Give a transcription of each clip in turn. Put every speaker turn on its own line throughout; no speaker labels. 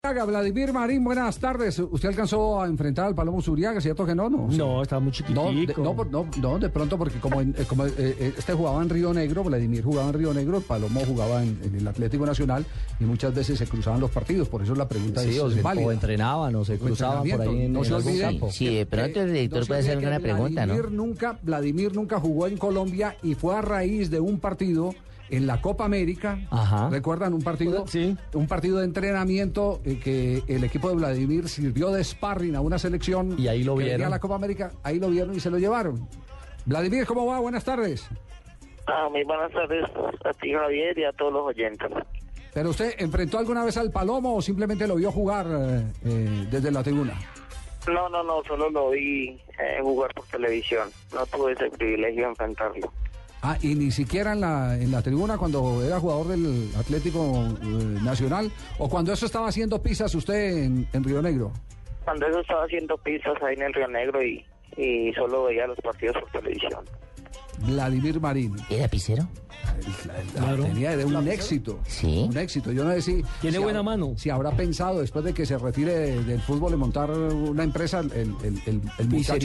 Vladimir Marín, buenas tardes. ¿Usted alcanzó a enfrentar al Palomo Zuriaga? ¿Cierto que no?
No, estaba muy chiquitico.
No, de pronto porque como este jugaba en Río Negro, Vladimir jugaba en Río Negro, el Palomo jugaba en el Atlético Nacional y muchas veces se cruzaban los partidos, por eso la pregunta es válida.
O entrenaban o se cruzaban por ahí en algún campo.
Sí, de pronto el director puede hacer una pregunta, ¿no?
Vladimir nunca jugó en Colombia y fue a raíz de un partido en la Copa América.
Ajá.
¿Recuerdan un partido?
Sí.
Un partido de entrenamiento que el equipo de Vladimir sirvió de sparring a una selección.
Y ahí lo
que
vieron.
venía a la Copa América, ahí lo vieron y se lo llevaron. Vladimir, ¿cómo va? Buenas tardes.
Muy buenas tardes a ti, Javier, y a todos los oyentes.
¿Pero usted enfrentó alguna vez al Palomo o simplemente lo vio jugar desde la tribuna?
No, solo lo vi jugar por televisión. No tuve ese privilegio de enfrentarlo.
Ah, y ni siquiera en la tribuna cuando era jugador del Atlético Nacional, o cuando eso estaba haciendo pizzas usted en Río Negro.
Cuando eso estaba haciendo pizzas ahí en el Río Negro y solo veía los partidos por televisión.
Vladimir Marín.
¿Era pisero?
Claro. Tenía de un éxito.
Sí.
Un éxito. Yo no sé si...
Tiene buena mano.
Si habrá pensado después de que se retire del fútbol en montar una empresa, el muchacho...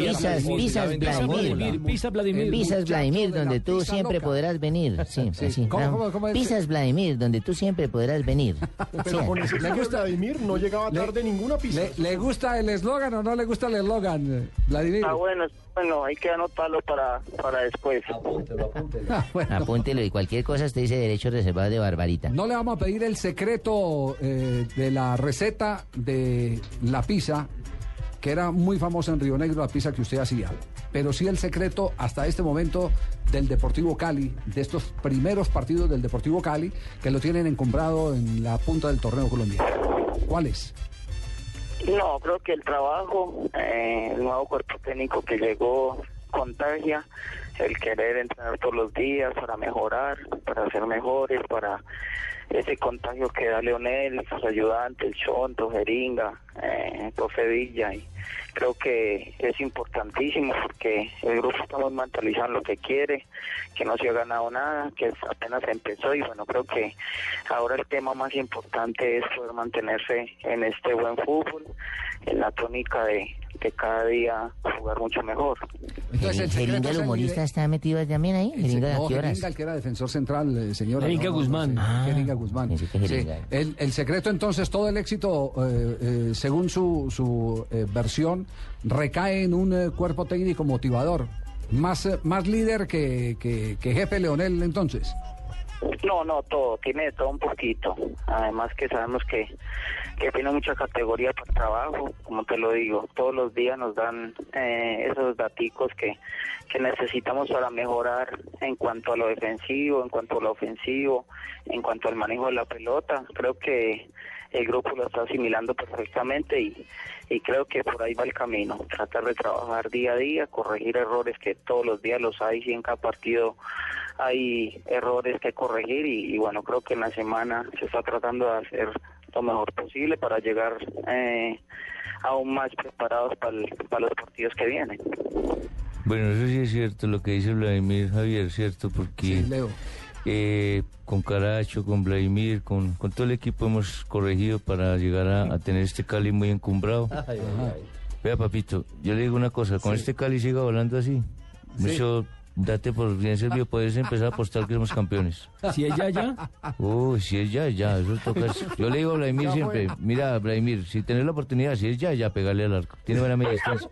Pizzas Vladimir.
Pizzas Vladimir, donde tú siempre podrás venir. Sí, sí.
¿Cómo es?
Pizzas Vladimir, donde tú siempre podrás venir.
Pero con ese
¿Le gusta
Vladimir no llegaba tarde ninguna pizza.
¿Le gusta el eslogan o no le gusta el eslogan, Vladimir?
Bueno, hay que anotarlo para después.
Apúntelo.
Apúntelo y cualquier cosa usted dice derechos reservados de Barbarita.
No le vamos a pedir el secreto de la receta de la pizza, que era muy famosa en Río Negro, la pizza que usted hacía. Pero sí el secreto hasta este momento del Deportivo Cali, de estos primeros partidos del Deportivo Cali, que lo tienen encumbrado en la punta del torneo colombiano. ¿Cuál es?
No, creo que el trabajo, el nuevo cuerpo técnico que llegó contagia, el querer entrenar todos los días para mejorar, para ser mejores, para ese contagio que da Leonel, sus ayudantes, el Chonto, Jeringa, Profe Villa, y creo que es importantísimo porque el grupo estamos mentalizando lo que quiere, que no se ha ganado nada, que apenas empezó, y bueno, creo que ahora el tema más importante es poder mantenerse en este buen fútbol, en la tónica de cada día jugar mucho mejor.
Entonces,
¿Jeringa el humorista está metido también ahí? ¿Jeringa a qué horas?
Jeringa, el que era defensor central, señor.
Jeringa Guzmán.
Jeringa Guzmán.
Sí,
el secreto, entonces, todo el éxito, según su versión, recae en un cuerpo técnico motivador. Más líder que jefe Leonel, entonces.
No, tiene todo un poquito. Además que sabemos que tiene mucha categoría para trabajo, como te lo digo, todos los días nos dan esos daticos que necesitamos para mejorar en cuanto a lo defensivo, en cuanto a lo ofensivo, en cuanto al manejo de la pelota. Creo que el grupo lo está asimilando perfectamente y creo que por ahí va el camino, tratar de trabajar día a día, corregir errores que todos los días los hay, y en cada partido hay errores que corregir y bueno, creo que en la semana se está tratando de hacer lo mejor posible para llegar aún más preparados para los partidos que vienen.
Bueno, eso sí es cierto lo que dice Vladimir, Javier, cierto, porque
Sí, Leo.
con Caracho, con Vladimir, con todo el equipo hemos corregido para llegar a tener este Cali muy encumbrado. Vea, papito, yo le digo una cosa, con este Cali siga volando así, mucho, date por bien servido, puedes empezar a apostar que somos campeones.
Si es ya.
Si es ya, eso toca. Yo le digo a Vladimir siempre, mira, Vladimir, si tenés la oportunidad, si es ya, pegarle al arco, tiene buena media distancia.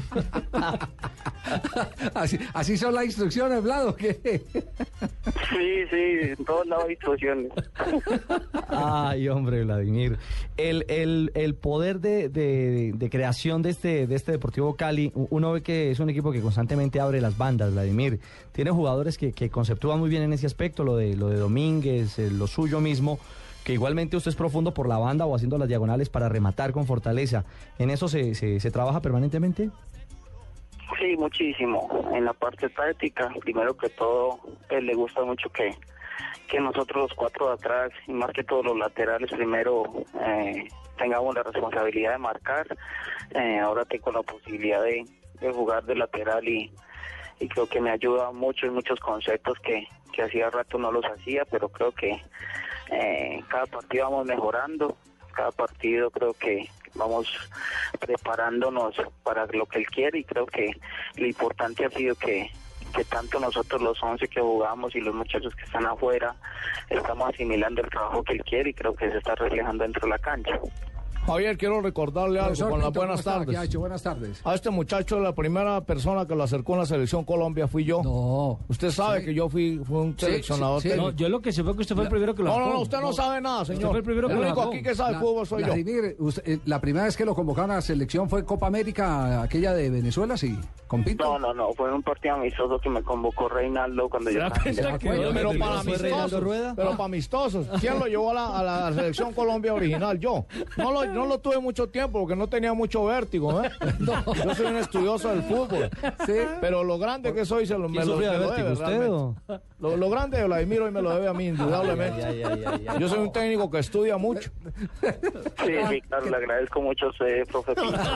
Así son las instrucciones, Vlado, ¿qué?
Sí, en todos lados hay instrucciones.
Ay, hombre, Vladimir. El poder de creación de este Deportivo Cali, uno ve que es un equipo que constantemente abre las bandas, Vladimir. Tiene jugadores que conceptúan muy bien en ese aspecto, lo de Domínguez, lo suyo mismo, que igualmente usted es profundo por la banda o haciendo las diagonales para rematar con fortaleza. ¿En eso se trabaja permanentemente?
Sí, muchísimo. En la parte táctica, primero que todo, le gusta mucho que nosotros los cuatro de atrás, y más que todos los laterales, primero tengamos la responsabilidad de marcar. Ahora tengo la posibilidad de jugar de lateral y creo que me ayuda mucho en muchos conceptos que hacía rato no los hacía, pero creo que cada partido vamos mejorando. cada partido creo que vamos preparándonos para lo que él quiere, y creo que lo importante ha sido que tanto nosotros los 11 que jugamos y los muchachos que están afuera estamos asimilando el trabajo que él quiere, y creo que se está reflejando dentro de la cancha.
Javier, quiero recordarle algo con las buenas tardes.
¿Qué ha hecho? Buenas tardes.
A este muchacho, la primera persona que lo acercó en la selección Colombia fui yo.
No.
Usted sabe que yo fui un seleccionador.
sí.
técnico.
No, yo lo que sé fue que usted fue el primero que lo
No, usted no sabe nada, señor.
Usted fue el primero que lo
único
sacó.
aquí que sabe fútbol soy yo.
Vladimir, la primera vez que lo convocaron a la selección fue Copa América, aquella de Venezuela, sí, con Pinto.
No, fue un partido amistoso que me convocó Reinaldo cuando yo estaba
Pero para amistosos. Pero para amistosos. ¿Quién lo llevó a la selección Colombia original? Yo. No lo tuve mucho tiempo porque no tenía mucho vértigo, ¿eh? Yo soy un estudioso del fútbol.
Sí.
Pero lo grande que soy me lo debe.
¿Usted o?
Lo grande de Vladimir hoy me lo debe a mí, indudablemente. Yo soy un técnico que estudia mucho.
Sí, claro, le agradezco mucho a usted, profe.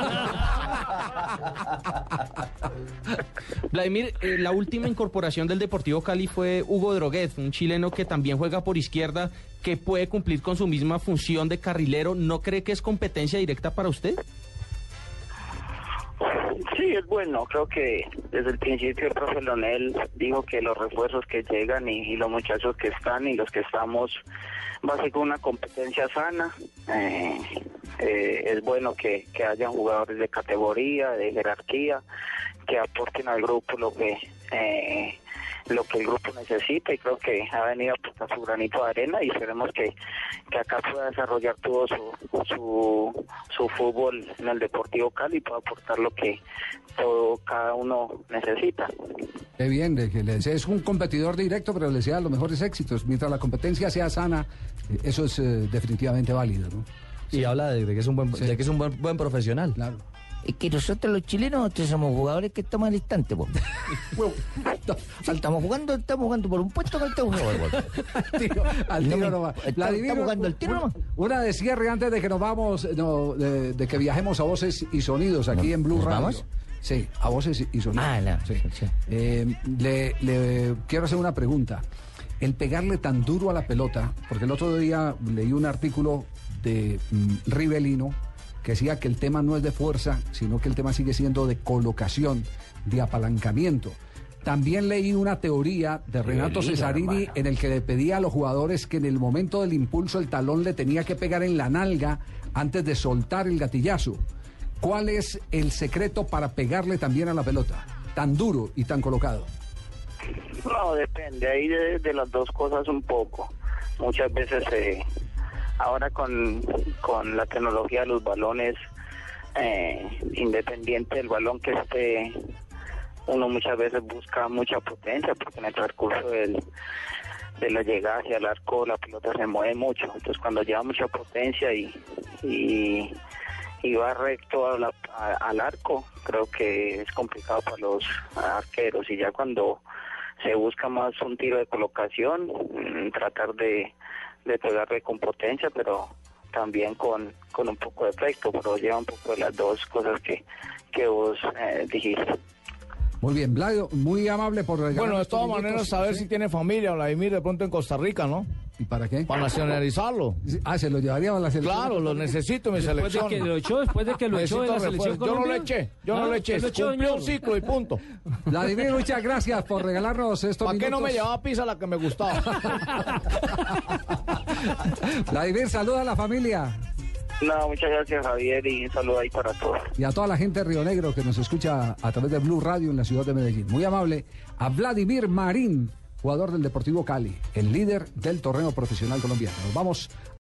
Vladimir, la última incorporación del Deportivo Cali fue Hugo Droguet, un chileno que también juega por izquierda, que puede cumplir con su misma función de carrilero. ¿No cree que es competencia directa para usted?
Sí, es bueno. Creo que desde el principio el profe Leonel dijo que los refuerzos que llegan y los muchachos que están y los que estamos va a ser con una competencia sana. Es bueno que haya jugadores de categoría, de jerarquía, que aporten al grupo lo que el grupo necesita, y creo que ha venido a aportar su granito de arena, y esperemos que acá pueda desarrollar todo su fútbol en el Deportivo Cali y pueda aportar lo que cada uno necesita.
Qué bien, es un competidor directo, pero le desea los mejores éxitos. Mientras la competencia sea sana, eso es definitivamente válido, ¿no?
Y habla de que es un buen, de que es un buen profesional.
Claro.
Es que nosotros los chilenos somos jugadores que estamos al instante, po. Si estamos jugando por un puesto que estamos jugando.
Al tiro nomás.
Estamos jugando al tiro nomás.
Una de cierre antes de que nos vamos, de que viajemos a Voces y Sonidos aquí en Blue
¿nos
Radio.
vamos?
Sí, a Voces y Sonidos.
Sí.
Le quiero hacer una pregunta. El pegarle tan duro a la pelota, porque el otro día leí un artículo de Rivelino que decía que el tema no es de fuerza, sino que el tema sigue siendo de colocación, de apalancamiento. También leí una teoría de Renato Cesarini en el que le pedía a los jugadores que en el momento del impulso el talón le tenía que pegar en la nalga antes de soltar el gatillazo. ¿Cuál es el secreto para pegarle también a la pelota, tan duro y tan colocado?
No, depende ahí de las dos cosas un poco. Muchas veces ahora con la tecnología de los balones, independiente del balón que esté, uno muchas veces busca mucha potencia, porque en el transcurso de la llegada hacia el arco la pelota se mueve mucho. Entonces cuando lleva mucha potencia y va recto al arco, creo que es complicado para los arqueros. Y ya cuando se busca más un tiro de colocación, tratar de pegarle con potencia, pero también con un poco de efecto, pero lleva un poco de las dos cosas que vos dijiste.
Muy bien, Vlado, muy amable por regalar.
Bueno, de todas maneras, saber si tiene familia, Vladimir, de pronto en Costa Rica, ¿no?
¿Y para qué?
Para nacionalizarlo.
Se lo llevaría a la selección.
Claro, lo necesito en mi selección.
Después de que lo echó de la selección
Yo no lo eché, cumplió un ciclo y punto.
Vladimir, muchas gracias por regalarnos estos
¿Para
minutos.
qué no me llevaba pizza la que me gustaba?
Vladimir, saluda a la familia.
No, muchas gracias, Javier, y un saludo ahí para todos.
Y a toda la gente de Río Negro que nos escucha a través de Blue Radio en la ciudad de Medellín. Muy amable a Vladimir Marín, jugador del Deportivo Cali, el líder del torneo profesional colombiano. Nos vamos